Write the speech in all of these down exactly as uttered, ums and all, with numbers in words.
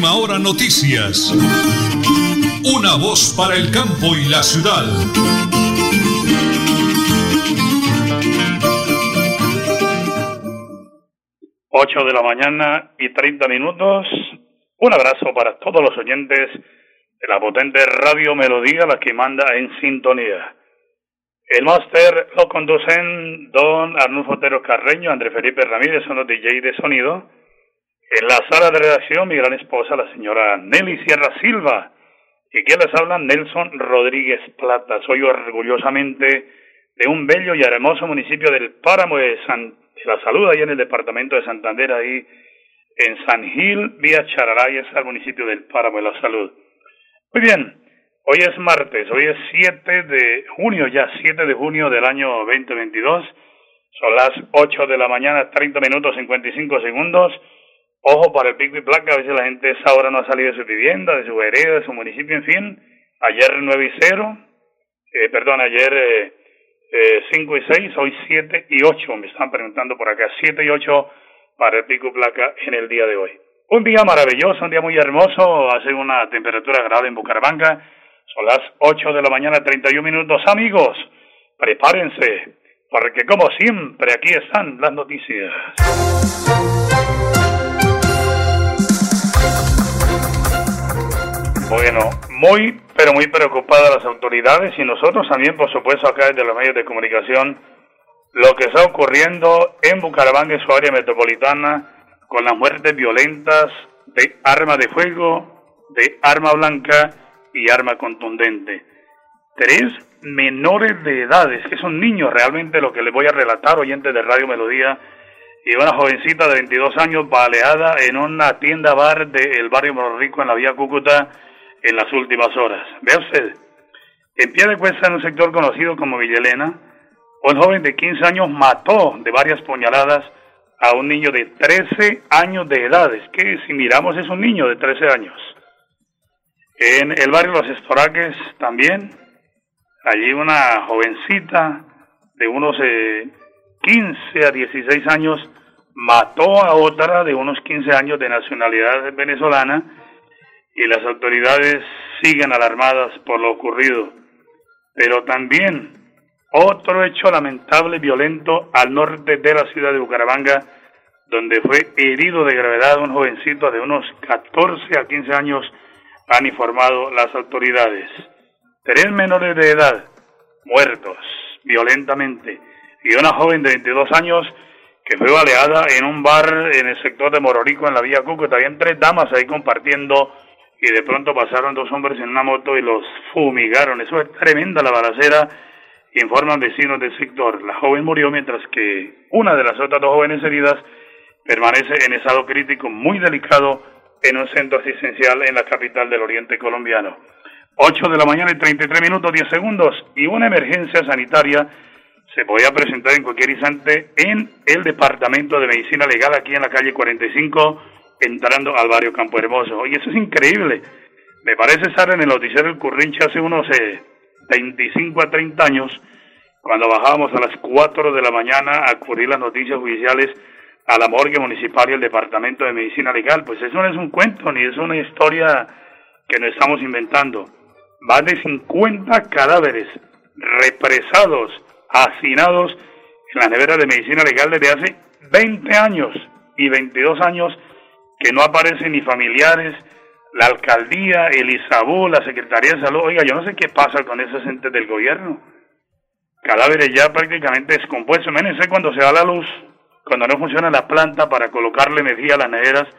Última Hora Noticias. Una voz para el campo y la ciudad. Ocho de la mañana y treinta minutos. Un abrazo para todos los oyentes de la potente Radio Melodía, la que manda en sintonía. El máster lo conducen don Arnulfo Otero Carreño, Andrés Felipe Ramírez, son los D J de sonido. En la sala de redacción, mi gran esposa, la señora Nelly Sierra Silva. Y quien les habla, Nelson Rodríguez Plata. Soy orgullosamente de un bello y hermoso municipio del Páramo de, San, de la Salud, ahí en el departamento de Santander, ahí en San Gil, vía Charalá, es el municipio del Páramo de la Salud. Muy bien, hoy es martes, hoy es siete de junio, ya siete de junio del año veinte veintidós. Son las ocho de la mañana, treinta minutos, cincuenta y cinco segundos. Ojo para el pico y placa, a veces la gente a esa hora no ha salido de su vivienda, de su vereda, de su municipio, en fin. Ayer nueve y cero, eh, perdón, ayer eh, eh, cinco y seis, hoy siete y ocho, me están preguntando por acá, siete y ocho para el pico y placa en el día de hoy. Un día maravilloso, un día muy hermoso, hace una temperatura agradable en Bucaramanga, son las ocho de la mañana, treinta y un minutos. Amigos, prepárense, porque como siempre aquí están las noticias. Bueno, muy, pero muy preocupadas las autoridades y nosotros también, por supuesto, acá desde los medios de comunicación, lo que está ocurriendo en Bucaramanga y su área metropolitana con las muertes violentas de arma de fuego, de arma blanca y arma contundente. Tres menores de edades, que son niños realmente, lo que les voy a relatar, oyentes de Radio Melodía, y una jovencita de veintidós años baleada en una tienda bar del barrio Morro Rico en la vía Cúcuta en las últimas horas. Vea usted, en Piedecuesta, en un sector conocido como Villa Elena, un joven de quince años mató de varias puñaladas a un niño de trece años de edad. Es que si miramos es un niño de trece años. En el barrio Los Estoraques también, allí una jovencita de unos eh, quince a dieciséis años mató a otra de unos quince años de nacionalidad venezolana y las autoridades siguen alarmadas por lo ocurrido. Pero también otro hecho lamentable, violento, al norte de la ciudad de Bucaramanga, donde fue herido de gravedad un jovencito de unos catorce a quince años, han informado las autoridades. Tres menores de edad muertos violentamente y una joven de veintidós años que fue baleada en un bar en el sector de Morro Rico en la vía Cúcuta. Habían tres damas ahí compartiendo y de pronto pasaron dos hombres en una moto y los fumigaron. Eso es tremenda la balacera, informan vecinos del sector. La joven murió mientras que una de las otras dos jóvenes heridas permanece en estado crítico muy delicado en un centro asistencial en la capital del oriente colombiano. ocho de la mañana y treinta y tres minutos, diez segundos, y una emergencia sanitaria se podía presentar en cualquier instante en el Departamento de Medicina Legal, aquí en la calle cuarenta y cinco, entrando al barrio Campo Hermoso. Oye, eso es increíble. Me parece estar en el noticiero El Currinche hace unos eh, veinticinco a treinta años, cuando bajábamos a las cuatro de la mañana a cubrir las noticias judiciales a la morgue municipal y el Departamento de Medicina Legal. Pues eso no es un cuento, ni es una historia que nos estamos inventando. Más de cincuenta cadáveres represados, hacinados en la nevera de Medicina Legal desde hace veinte años y veintidós años que no aparecen ni familiares, la alcaldía, el ISABU, la Secretaría de Salud. Oiga, yo no sé qué pasa con esos entes del gobierno. Cadáveres ya prácticamente descompuestos. Imagínense cuando se da la luz, cuando no funciona la planta para colocarle energía a las neveras,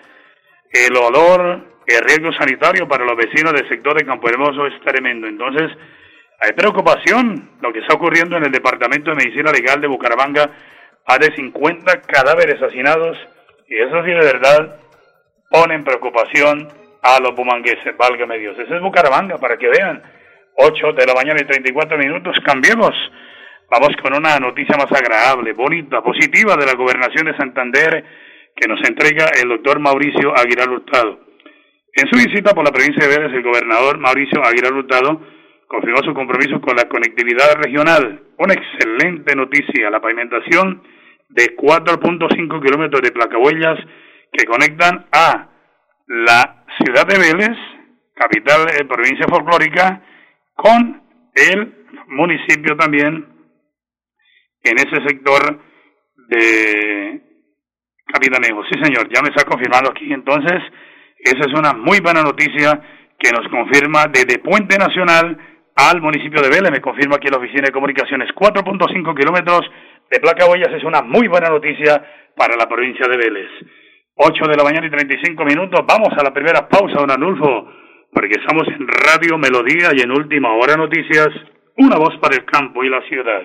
el olor, el riesgo sanitario para los vecinos del sector de Campo Hermoso es tremendo. Entonces, hay preocupación lo que está ocurriendo en el Departamento de Medicina Legal de Bucaramanga. Más de cincuenta cadáveres asesinados, y eso sí de verdad pone en preocupación a los bumangueses, válgame Dios. Ese es Bucaramanga, para que vean. ocho de la mañana y treinta y cuatro minutos, cambiemos. Vamos con una noticia más agradable, bonita, positiva de la Gobernación de Santander, que nos entrega el doctor Mauricio Aguilar Hurtado. En su visita por la provincia de Vélez, el gobernador Mauricio Aguilar Hurtado confirmó su compromiso con la conectividad regional. Una excelente noticia, la pavimentación de cuatro punto cinco kilómetros de placahuellas que conectan a la ciudad de Vélez, capital de provincia folclórica, con el municipio también en ese sector de Capitanejo. Sí, señor, ya me está confirmando aquí. Entonces, esa es una muy buena noticia que nos confirma desde Puente Nacional al municipio de Vélez. Me confirma aquí la oficina de comunicaciones. cuatro punto cinco kilómetros de placa Boyas es una muy buena noticia para la provincia de Vélez. ocho de la mañana y treinta y cinco minutos. Vamos a la primera pausa, don Arnulfo, porque estamos en Radio Melodía y en Última Hora Noticias, una voz para el campo y la ciudad.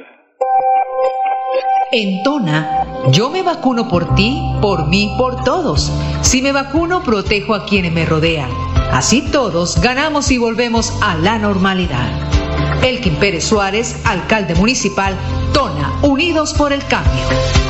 En Tona, yo me vacuno por ti, por mí, por todos. Si me vacuno, protejo a quienes me rodean. Así todos ganamos y volvemos a la normalidad. Elkin Pérez Suárez, alcalde municipal, Tona, unidos por el cambio.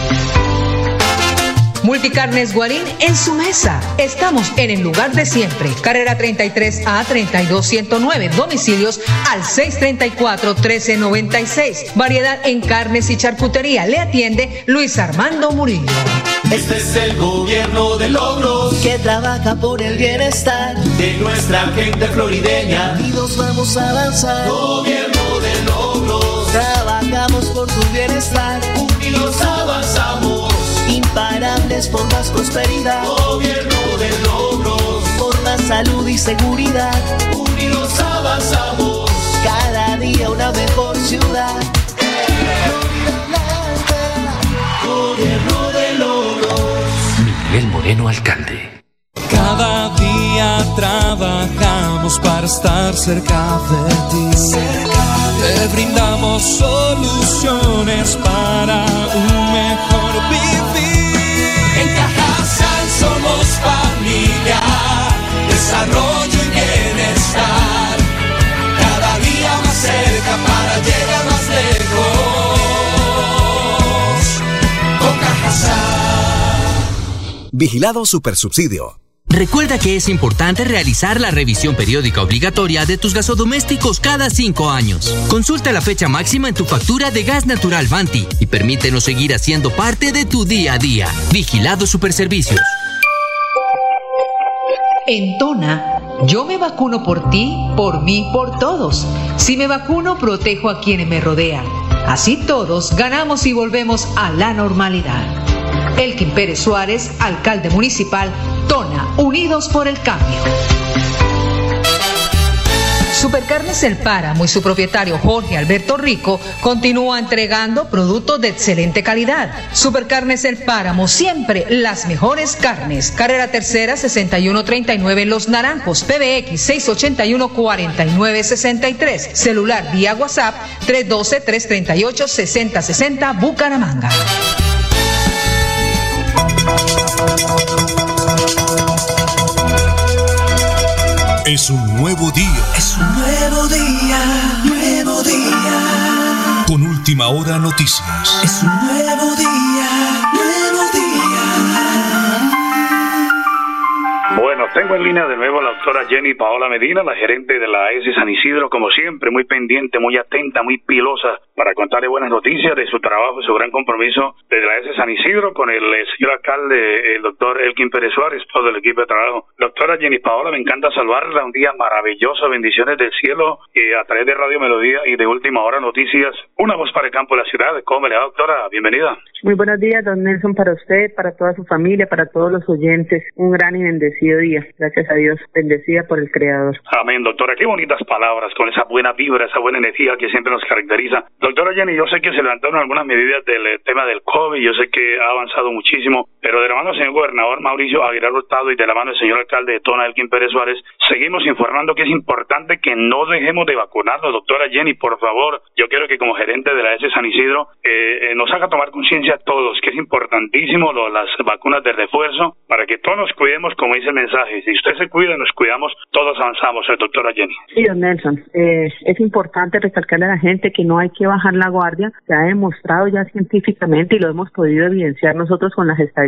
Multicarnes Guarín en su mesa. Estamos en el lugar de siempre. Carrera treinta y tres A treinta y dos ciento nueve. Domicilios al seis treinta y cuatro trece noventa y seis. Variedad en carnes y charcutería. Le atiende Luis Armando Murillo. Este es el gobierno de logros que trabaja por el bienestar de nuestra gente florideña. Unidos vamos a avanzar. Gobierno de logros. Trabajamos por tu bienestar. Unidos avanzamos. Imparables por más prosperidad. Gobierno de logros. Por más salud y seguridad. Unidos avanzamos. Cada día una mejor ciudad. Gobierno de logros. Miguel Moreno, alcalde. Cada día trabajamos para estar cerca de ti. Cerca de Te brindamos soluciones para un mejor vivir. En Cajasal somos familia, desarrollo y bienestar. Cada día más cerca para llegar más lejos. Con Cajasal. Vigilado Supersubsidio. Recuerda que es importante realizar la revisión periódica obligatoria de tus gasodomésticos cada cinco años. Consulta la fecha máxima en tu factura de gas natural Vanti y permítenos seguir haciendo parte de tu día a día. Vigilado Superservicios. En Tona, yo me vacuno por ti, por mí, por todos. Si me vacuno, protejo a quienes me rodean. Así todos ganamos y volvemos a la normalidad. Elkin Pérez Suárez, alcalde municipal, Tona, unidos por el cambio. Supercarnes El Páramo y su propietario Jorge Alberto Rico continúa entregando productos de excelente calidad. Supercarnes El Páramo, siempre las mejores carnes. Carrera Tercera sesenta y uno treinta y nueve en Los Naranjos, P B X seis ochenta y uno cuarenta y nueve sesenta y tres. Celular vía WhatsApp tres uno dos, tres tres ocho, seis cero seis cero, Bucaramanga. Es un nuevo día. Es un nuevo día, nuevo día. Con Última Hora Noticias. Es un nuevo día, nuevo día. Bueno, tengo en línea de nuevo a la doctora Jenny Paola Medina, la gerente de la A S San Isidro, como siempre, muy pendiente, muy atenta, muy pilosa para contarle buenas noticias de su trabajo y su gran compromiso desde la A S San Isidro con el eh, señor alcalde, el doctor Elkin Pérez Suárez, todo el equipo de trabajo. Doctora Jenny Paola, me encanta saludarla, un día maravilloso, bendiciones del cielo, eh, a través de Radio Melodía y de Última Hora Noticias, una voz para el campo de la ciudad. ¿Cómo le va, doctora? Bienvenida. Muy buenos días, don Nelson, para usted, para toda su familia, para todos los oyentes. Un gran y bendecido día, gracias a Dios, bendecida por el Creador. Amén, doctora. Qué bonitas palabras, con esa buena vibra, esa buena energía que siempre nos caracteriza. Doctora Jenny, yo sé que se levantaron algunas medidas del eh, tema del COVID, yo sé que ha avanzado muchísimo, pero de la mano del señor gobernador Mauricio Aguilar Hurtado y de la mano del señor alcalde de Tona, Elkin Pérez Suárez, seguimos informando que es importante que no dejemos de vacunarnos. Doctora Jenny, por favor, yo quiero que como gerente de la A S San Isidro eh, eh, nos haga tomar conciencia a todos que es importantísimo lo, las vacunas de refuerzo para que todos nos cuidemos, como dice el mensaje. Si usted se cuida, nos cuidamos, todos avanzamos, eh, doctora Jenny. Sí, don Nelson, eh, es importante recalcarle a la gente que no hay que bajar la guardia. Se ha demostrado ya científicamente y lo hemos podido evidenciar nosotros con las estadísticas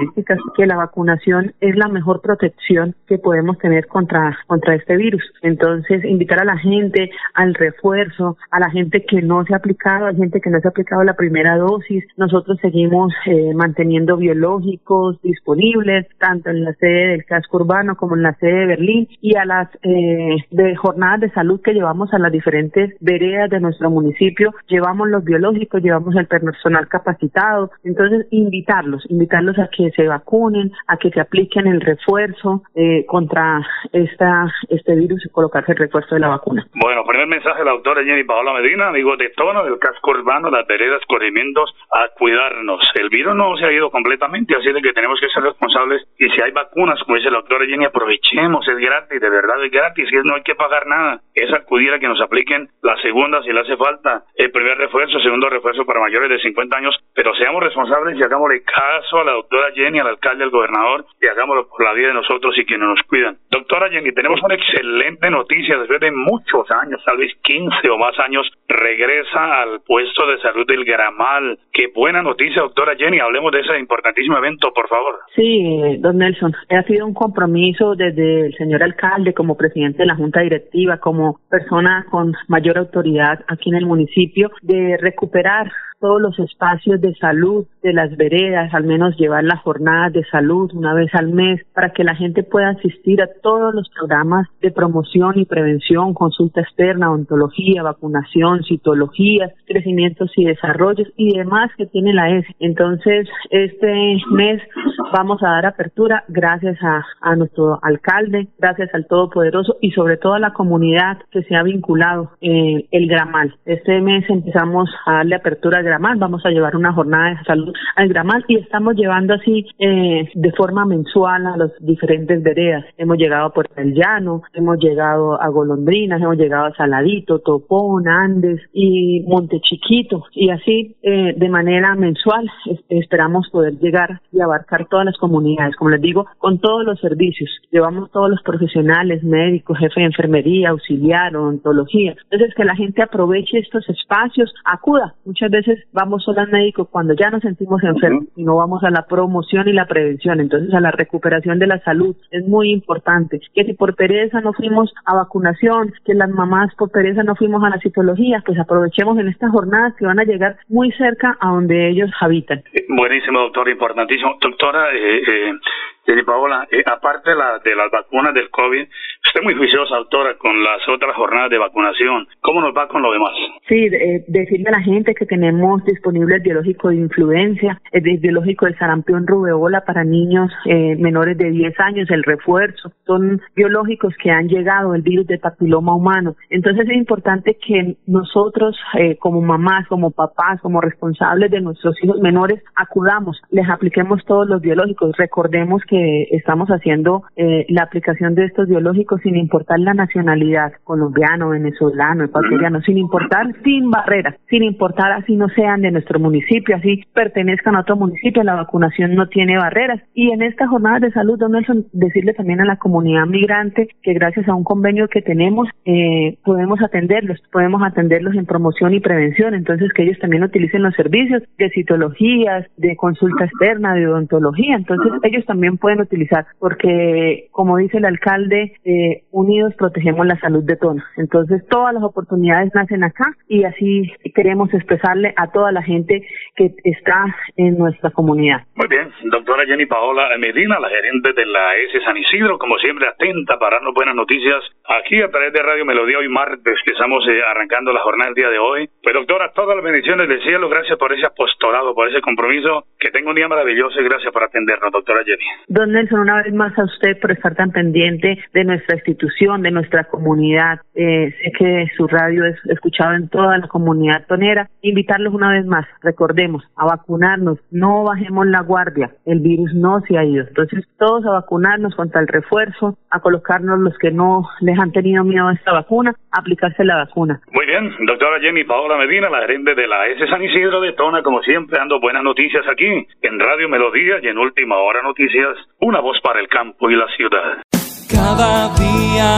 características que la vacunación es la mejor protección que podemos tener contra, contra este virus. Entonces, invitar a la gente al refuerzo, a la gente que no se ha aplicado, a la gente que no se ha aplicado la primera dosis. Nosotros seguimos eh, manteniendo biológicos disponibles, tanto en la sede del casco urbano como en la sede de Berlín, y a las eh, de jornadas de salud que llevamos a las diferentes veredas de nuestro municipio, llevamos los biológicos, llevamos el personal capacitado. Entonces, invitarlos, invitarlos a que se vacunen, a que se apliquen el refuerzo eh, contra esta este virus y colocarse el refuerzo de la vacuna. Bueno, primer mensaje de la doctora Jenny Paola Medina, amigos de Tona, del casco urbano, las veredas, corregimientos, a cuidarnos. El virus no se ha ido completamente, así de que tenemos que ser responsables, y si hay vacunas, como dice la doctora Jenny, aprovechemos, es gratis, de verdad es gratis, y no hay que pagar nada, es acudir a que nos apliquen la segunda si le hace falta, el primer refuerzo, segundo refuerzo para mayores de cincuenta años, pero seamos responsables y hagámosle caso a la doctora Jenny, al alcalde, al gobernador, y hagámoslo por la vida de nosotros y quienes nos cuidan. Doctora Jenny, tenemos una excelente noticia, después de muchos años, tal vez quince o más años, regresa al puesto de salud del Gramal. Qué buena noticia, doctora Jenny, hablemos de ese importantísimo evento, por favor. Sí, don Nelson, ha sido un compromiso desde el señor alcalde, como presidente de la Junta Directiva, como persona con mayor autoridad aquí en el municipio, de recuperar todos los espacios de salud de las veredas, al menos llevar las jornadas de salud una vez al mes, para que la gente pueda asistir a todos los programas de promoción y prevención, consulta externa, odontología, vacunación, citología, crecimientos y desarrollos y demás que tiene la E S. Entonces, este mes vamos a dar apertura gracias a, a nuestro alcalde, gracias al Todopoderoso y sobre todo a la comunidad que se ha vinculado en eh, el Gramal. Este mes empezamos a darle apertura al Gramal, vamos a llevar una jornada de salud al Gramal y estamos llevando así eh, de forma mensual a las diferentes veredas. Hemos llegado a Puerto del Llano, hemos llegado a Golondrinas, hemos llegado a Saladito, Topón, Andes y Monte Chiquito, y así eh, de manera mensual es, esperamos poder llegar y abarcar todas las comunidades, como les digo, con todos los servicios. Llevamos todos los profesionales, médicos, jefe de enfermería, auxiliar, odontología. Entonces, que la gente aproveche estos espacios, acuda. Muchas veces vamos solo al médico cuando ya nos sentimos enfermos y no vamos a la promoción y la prevención, entonces a la recuperación de la salud. Es muy importante que si por pereza no fuimos a vacunación, que las mamás por pereza no fuimos a la citología, pues aprovechemos en estas jornadas que van a llegar muy cerca a donde ellos habitan. Buenísimo, doctor, importantísimo. Doctora eh, eh, Jenny Paola, eh, aparte de, la, de las vacunas del COVID, usted es muy juiciosa, doctora, con las otras jornadas de vacunación. ¿Cómo nos va con lo demás? Sí, eh, decirle a la gente que tenemos disponible el biológico de influencia, el biológico de sarampión, rubeola para niños eh, menores de diez años, el refuerzo. Son biológicos que han llegado, el virus de papiloma humano. Entonces es importante que nosotros, eh, como mamás, como papás, como responsables de nuestros hijos menores, acudamos, les apliquemos todos los biológicos. Recordemos que estamos haciendo eh, la aplicación de estos biológicos sin importar la nacionalidad, colombiano, venezolano, ecuatoriano, sin importar, sin barreras, sin importar así no sean de nuestro municipio, así pertenezcan a otro municipio, la vacunación no tiene barreras. Y en estas jornadas de salud, don Nelson, decirle también a la comunidad migrante que gracias a un convenio que tenemos, eh, podemos atenderlos, podemos atenderlos en promoción y prevención, entonces que ellos también utilicen los servicios de citologías, de consulta externa, de odontología, entonces ellos también pueden utilizar, porque como dice el alcalde, eh, unidos protegemos la salud de todos. Entonces todas las oportunidades nacen acá y así queremos expresarle a toda la gente que está en nuestra comunidad. Muy bien, doctora Jenny Paola Medina, la gerente de la E S San Isidro, como siempre atenta para darnos buenas noticias aquí a través de Radio Melodía hoy martes, que estamos eh, arrancando la jornada del día de hoy. Pues doctora, todas las bendiciones del cielo, gracias por ese apostolado, por ese compromiso, que tenga un día maravilloso y gracias por atendernos, doctora Jenny. Don Nelson, una vez más a usted por estar tan pendiente de nuestra institución, de nuestra comunidad. Eh, sé que su radio es escuchado en toda la comunidad tonera. Invitarlos una vez más, recordemos, a vacunarnos, no bajemos la guardia, el virus no se ha ido. Entonces, todos a vacunarnos contra el refuerzo, a colocarnos los que no les han tenido miedo a esta vacuna, a aplicarse la vacuna. Muy bien, doctora Jenny Paola Medina, la gerente de la E S San Isidro de Tona, como siempre, dando buenas noticias aquí en Radio Melodía y en Última Hora Noticias, una voz para el campo y la ciudad. Cada día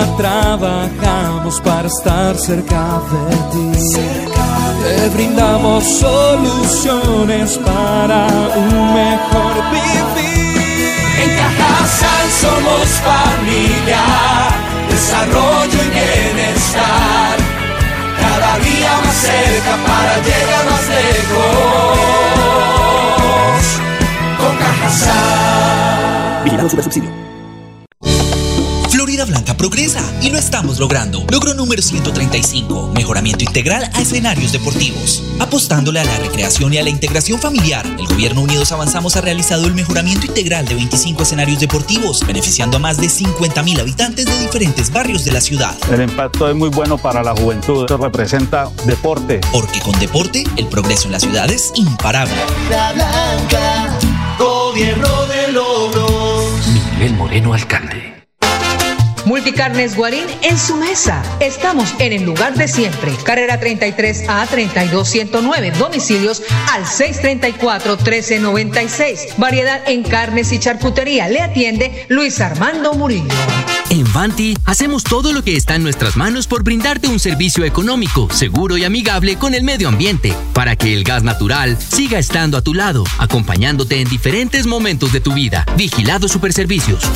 trabajamos para estar cerca de ti. Te brindamos soluciones para un mejor vivir. familia, desarrollo y bienestar, cada día más cerca para llegar más lejos. Con Cajasal. Vigilado Supersubsidio. Florida Blanca progresa y lo estamos logrando. Logro número ciento treinta y cinco, mejoramiento integral a escenarios deportivos. Apostándole a la recreación y a la integración familiar, el Gobierno Unidos Avanzamos ha realizado el mejoramiento integral de veinticinco escenarios deportivos, beneficiando a más de cincuenta mil habitantes de diferentes barrios de la ciudad. El impacto es muy bueno para la juventud, esto representa deporte. Porque con deporte, el progreso en la ciudad es imparable. Florida Blanca, gobierno de logros. Miguel Moreno, alcalde. Multicarnes Guarín en su mesa. Estamos en el lugar de siempre. Carrera treinta y tres A treinta y dos ciento nueve. Domicilios al seis treinta y cuatro, trece noventa y seis. Variedad en carnes y charcutería. Le atiende Luis Armando Murillo. En Vanti hacemos todo lo que está en nuestras manos por brindarte un servicio económico, seguro y amigable con el medio ambiente, para que el gas natural siga estando a tu lado, acompañándote en diferentes momentos de tu vida. Vigilado Superservicios.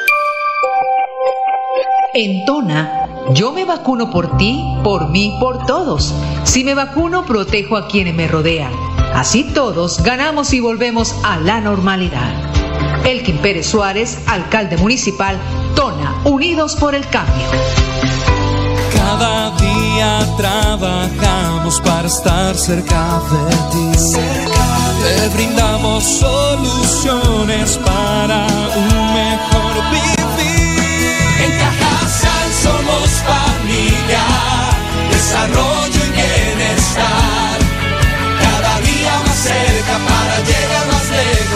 En Tona, yo me vacuno por ti, por mí, por todos. Si me vacuno, protejo a quienes me rodean. Así todos ganamos y volvemos a la normalidad. Elkin Pérez Suárez, alcalde municipal, Tona, unidos por el cambio. Cada día trabajamos para estar cerca de ti. Te brindamos soluciones para un mejor vivir. En Cajasal somos familia, desarrollo y bienestar, cada día más cerca para llegar más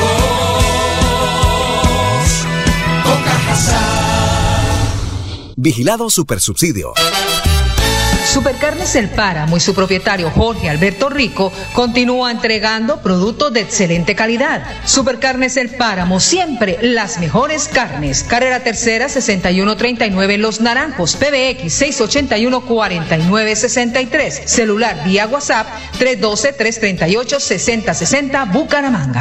lejos. Con Cajasal. Vigilado Supersubsidio. Supercarnes El Páramo y su propietario Jorge Alberto Rico continúa entregando productos de excelente calidad. Supercarnes El Páramo, siempre las mejores carnes. Carrera Tercera sesenta y uno treinta y nueve en Los Naranjos. P B X seis ochenta y uno cuarenta y nueve sesenta y tres. Celular vía WhatsApp tres uno dos, tres tres ocho, seis cero seis cero Bucaramanga.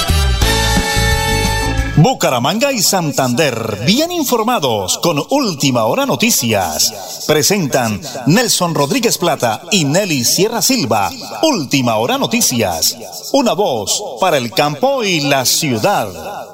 Bucaramanga y Santander, bien informados con Última Hora Noticias. Presentan Nelson Rodríguez Plata y Nelly Sierra Silva. Última Hora Noticias. Una voz para el campo y la ciudad.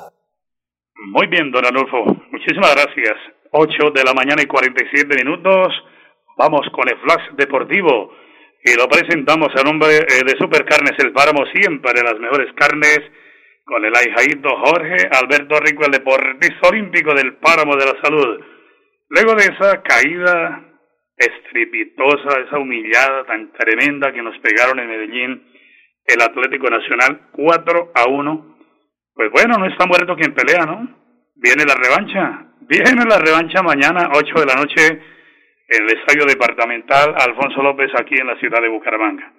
Muy bien, don Arnulfo. Muchísimas gracias. ocho de la mañana y cuarenta y siete minutos. Vamos con el flash deportivo. Y lo presentamos a nombre de Supercarnes El Páramo, siempre las mejores carnes. Con el ahijadito Jorge Alberto Rico, el deportista olímpico del Páramo de la Salud. Luego de esa caída estrepitosa, esa humillada tan tremenda que nos pegaron en Medellín, el Atlético Nacional cuatro a uno, pues bueno, no está muerto quien pelea, ¿no? Viene la revancha, viene la revancha mañana, ocho de la noche, en el Estadio Departamental Alfonso López, aquí en la ciudad de Bucaramanga.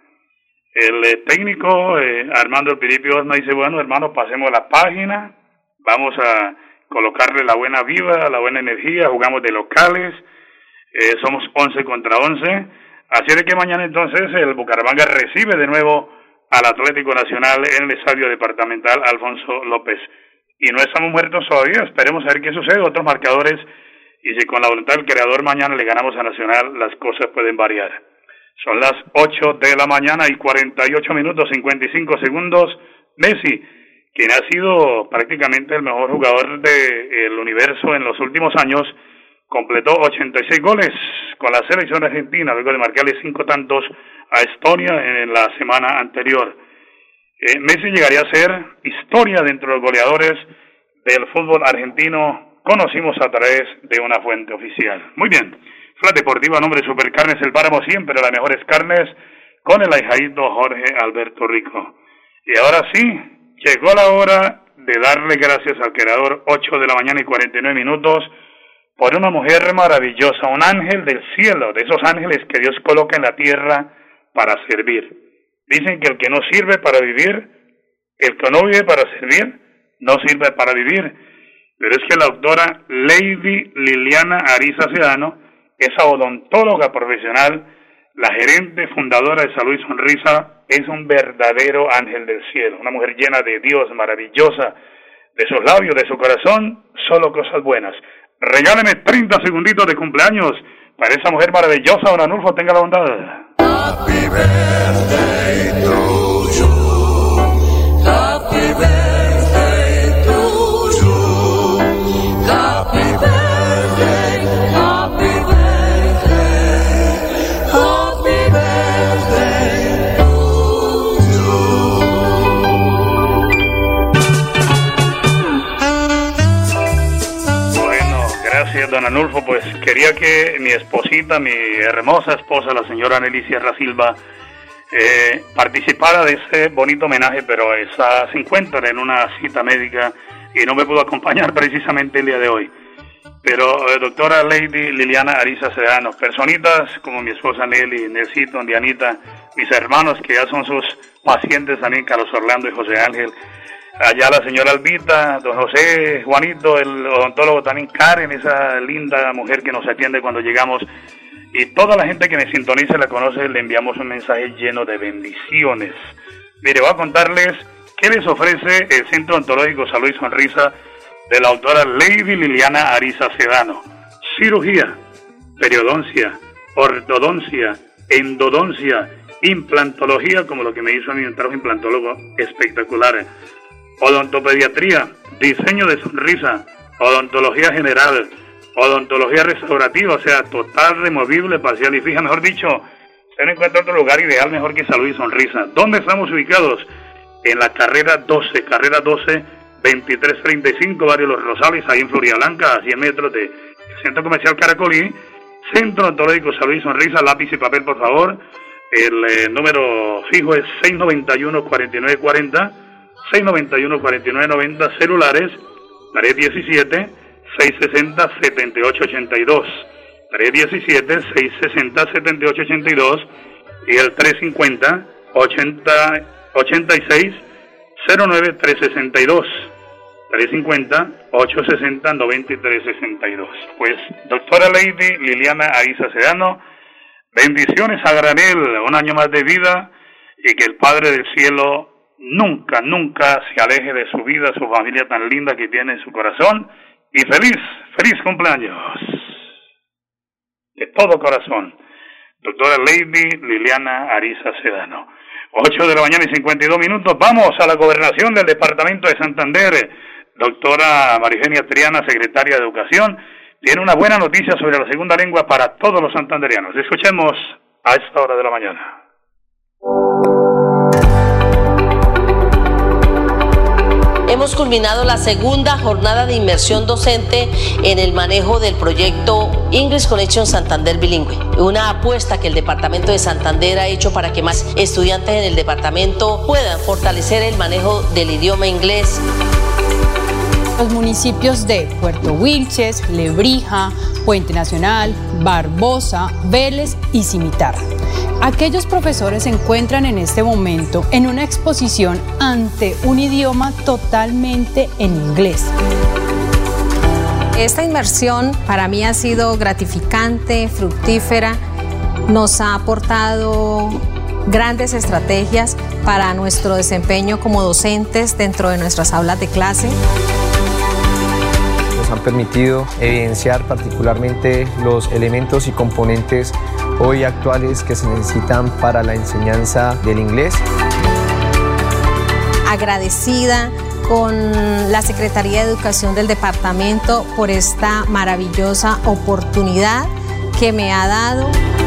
El eh, técnico eh, Armando Piripio me dice, bueno, hermano, pasemos la página, vamos a colocarle la buena vibra, la buena energía, jugamos de locales, eh, somos once contra once, así de que mañana entonces el Bucaramanga recibe de nuevo al Atlético Nacional en el Estadio Departamental Alfonso López. Y no estamos muertos todavía, esperemos a ver qué sucede, otros marcadores, y si con la voluntad del creador mañana le ganamos a Nacional, las cosas pueden variar. Son las ocho de la mañana y cuarenta y ocho minutos, cincuenta y cinco segundos. Messi, quien ha sido prácticamente el mejor jugador del universo en los últimos años, completó ochenta y seis goles con la selección argentina, luego de marcarle cinco tantos a Estonia en la semana anterior. Eh, Messi llegaría a ser historia dentro de los goleadores del fútbol argentino, conocimos a través de una fuente oficial. Muy bien. Flash Deportivo a nombre de Supercarnes El Páramo, siempre las mejores carnes, con el ahijadito Jorge Alberto Rico. Y ahora sí, llegó la hora de darle gracias al Creador, ocho de la mañana y cuarenta y nueve minutos, por una mujer maravillosa, un ángel del cielo, de esos ángeles que Dios coloca en la tierra para servir. Dicen que el que no sirve para vivir, el que no vive para servir, no sirve para vivir. Pero es que la doctora Lady Liliana Ariza Sedano, esa odontóloga profesional, la gerente fundadora de Salud y Sonrisa, es un verdadero ángel del cielo, una mujer llena de Dios, maravillosa, de sus labios, de su corazón, solo cosas buenas. Regáleme treinta segunditos de cumpleaños para esa mujer maravillosa, don Anulfo, tenga la bondad. Happy birthday to you. Happy birthday to you. Happy birthday, happy birthday, happy birthday to you. Bueno, gracias, don Anulfo. Pues quería que mi esposita, mi hermosa esposa, la señora Nelly Sierra Silva, eh, participara de ese bonito homenaje, pero esa se encuentra en una cita médica y no me pudo acompañar precisamente el día de hoy. Pero eh, doctora Lady Liliana Ariza Sedano, personitas como mi esposa Nelly, Nelsito, Dianita, mis hermanos que ya son sus pacientes también, Carlos Orlando y José Ángel, allá la señora Albita, don José, Juanito, el odontólogo también, Karen, esa linda mujer que nos atiende cuando llegamos, y toda la gente que me sintoniza y la conoce, le enviamos un mensaje lleno de bendiciones. Mire, voy a contarles qué les ofrece el Centro Odontológico Salud y Sonrisa de la doctora Lady Liliana Ariza Sedano. Cirugía, periodoncia, ortodoncia, endodoncia, implantología, como lo que me hizo a mí un trabajo implantólogo espectacular, odontopediatría, diseño de sonrisa, odontología general, odontología restaurativa, o sea, total, removible, parcial y fija, mejor dicho, se no encuentra otro lugar ideal mejor que Salud y Sonrisa. ¿Dónde estamos ubicados? En la carrera doce, carrera doce, veintitrés treinta y cinco, barrio Los Rosales, ahí en Floridablanca, a cien metros del Centro Comercial Caracolí. Centro Odontológico Salud y Sonrisa, lápiz y papel, por favor. El eh, número fijo es seis noventa y uno, cuarenta y nueve cuarenta, seis noventa y uno, cuarenta y nueve noventa, celulares, tres diecisiete, seiscientos sesenta, setenta y ocho ochenta y dos, tres diecisiete, seiscientos sesenta, setenta y ocho ochenta y dos, y el tres cincuenta, ochenta, ochenta y seis, cero nueve, tres sesenta y dos, tres cincuenta, ochocientos sesenta, noventa y tres sesenta y dos. Pues, doctora Lady Liliana Ariza Sedano, bendiciones a granel, un año más de vida, y que el Padre del Cielo nunca, nunca se aleje de su vida, su familia tan linda que tiene en su corazón, y feliz, feliz cumpleaños, de todo corazón, doctora Lady Liliana Ariza Sedano. ocho de la mañana y cincuenta y dos minutos, vamos a la gobernación del departamento de Santander. Doctora Marigenia Triana, secretaria de Educación, tiene una buena noticia sobre la segunda lengua para todos los santanderianos. Escuchemos a esta hora de la mañana. Hemos culminado la segunda jornada de inmersión docente en el manejo del proyecto English Connection Santander Bilingüe, una apuesta que el departamento de Santander ha hecho para que más estudiantes en el departamento puedan fortalecer el manejo del idioma inglés. Los municipios de Puerto Wilches, Lebrija, Puente Nacional, Barbosa, Vélez y Cimitarra. Aquellos profesores se encuentran en este momento en una exposición ante un idioma totalmente en inglés. Esta inmersión para mí ha sido gratificante, fructífera, nos ha aportado grandes estrategias para nuestro desempeño como docentes dentro de nuestras aulas de clase. Nos han permitido evidenciar particularmente los elementos y componentes hoy actuales que se necesitan para la enseñanza del inglés. Agradecida con la Secretaría de Educación del departamento por esta maravillosa oportunidad que me ha dado.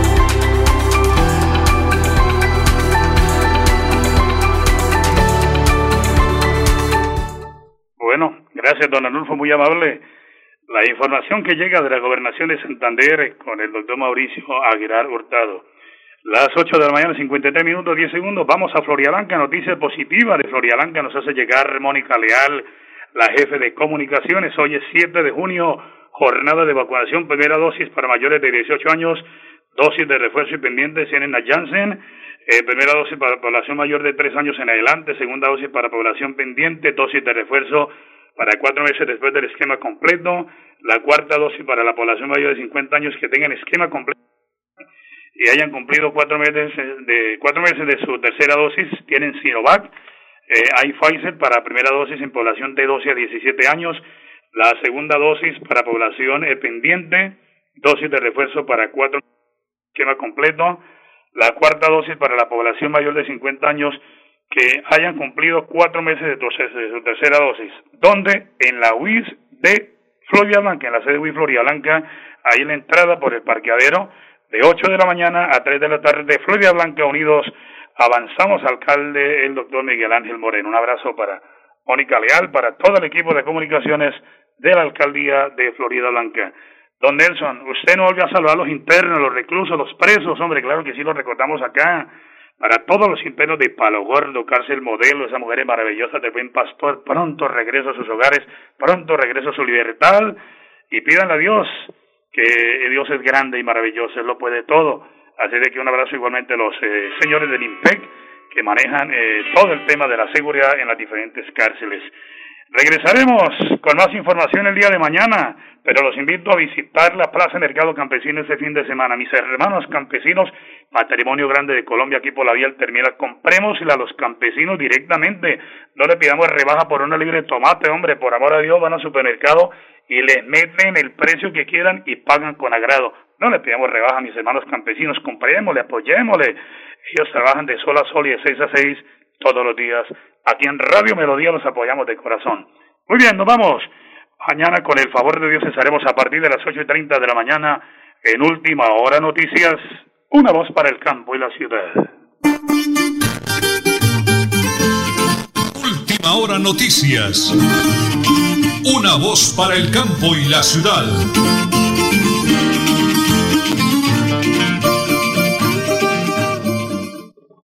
Bueno, gracias, don Anulfo, muy amable. La información que llega de la Gobernación de Santander con el doctor Mauricio Aguilar Hurtado. Las ocho de la mañana, cincuenta y tres minutos, diez segundos. Vamos a Floridablanca. Noticia positiva de Floridablanca nos hace llegar Mónica Leal, la jefe de comunicaciones. Hoy es siete de junio, jornada de vacunación, primera dosis para mayores de dieciocho años, dosis de refuerzo y pendientes tienen a Janssen, eh, primera dosis para población mayor de tres años en adelante, segunda dosis para población pendiente, dosis de refuerzo para cuatro meses después del esquema completo, la cuarta dosis para la población mayor de cincuenta años que tengan esquema completo y hayan cumplido cuatro meses de cuatro meses de su tercera dosis, tienen Sinovac. Eh, hay Pfizer para primera dosis en población de doce a diecisiete años, La segunda dosis para población pendiente, dosis de refuerzo para cuatro esquema completo. La cuarta dosis para la población mayor de cincuenta años que hayan cumplido cuatro meses de, de su tercera dosis. ¿Dónde? En la U I S de Florida Blanca, en la sede U I S Florida Blanca, ahí en la entrada por el parqueadero, de ocho de la mañana a tres de la tarde, de Florida Blanca, unidos, avanzamos, alcalde, el doctor Miguel Ángel Moreno. Un abrazo para Mónica Leal, para todo el equipo de comunicaciones de la alcaldía de Florida Blanca. Don Nelson, usted no volvió a saludar a los internos, los reclusos, los presos, hombre, claro que sí los recordamos acá. Para todos los internos de Palo Gordo, Cárcel Modelo, esas mujeres maravillosas de Buen Pastor, pronto regreso a sus hogares, pronto regreso a su libertad, y pídanle a Dios, que Dios es grande y maravilloso, Él lo puede todo. Así de que un abrazo igualmente a los eh, señores del IMPEC, que manejan eh, todo el tema de la seguridad en las diferentes cárceles. Regresaremos con más información el día de mañana, pero los invito a visitar la Plaza Mercado Campesino este fin de semana. Mis hermanos campesinos, patrimonio grande de Colombia, aquí por la vía del terminal, comprémosla a los campesinos directamente, no le pidamos rebaja por una libre de tomate, hombre, por amor a Dios, van al supermercado y les meten el precio que quieran y pagan con agrado. No le pidamos rebaja a mis hermanos campesinos, comprémosle, apoyémosle. Ellos trabajan de sol a sol y de seis a seis todos los días. Aquí en Radio Melodía los apoyamos de corazón. Muy bien, nos vamos. Mañana, con el favor de Dios, estaremos a partir de las ocho y treinta de la mañana en Última Hora Noticias, una voz para el campo y la ciudad. Última Hora Noticias, una voz para el campo y la ciudad.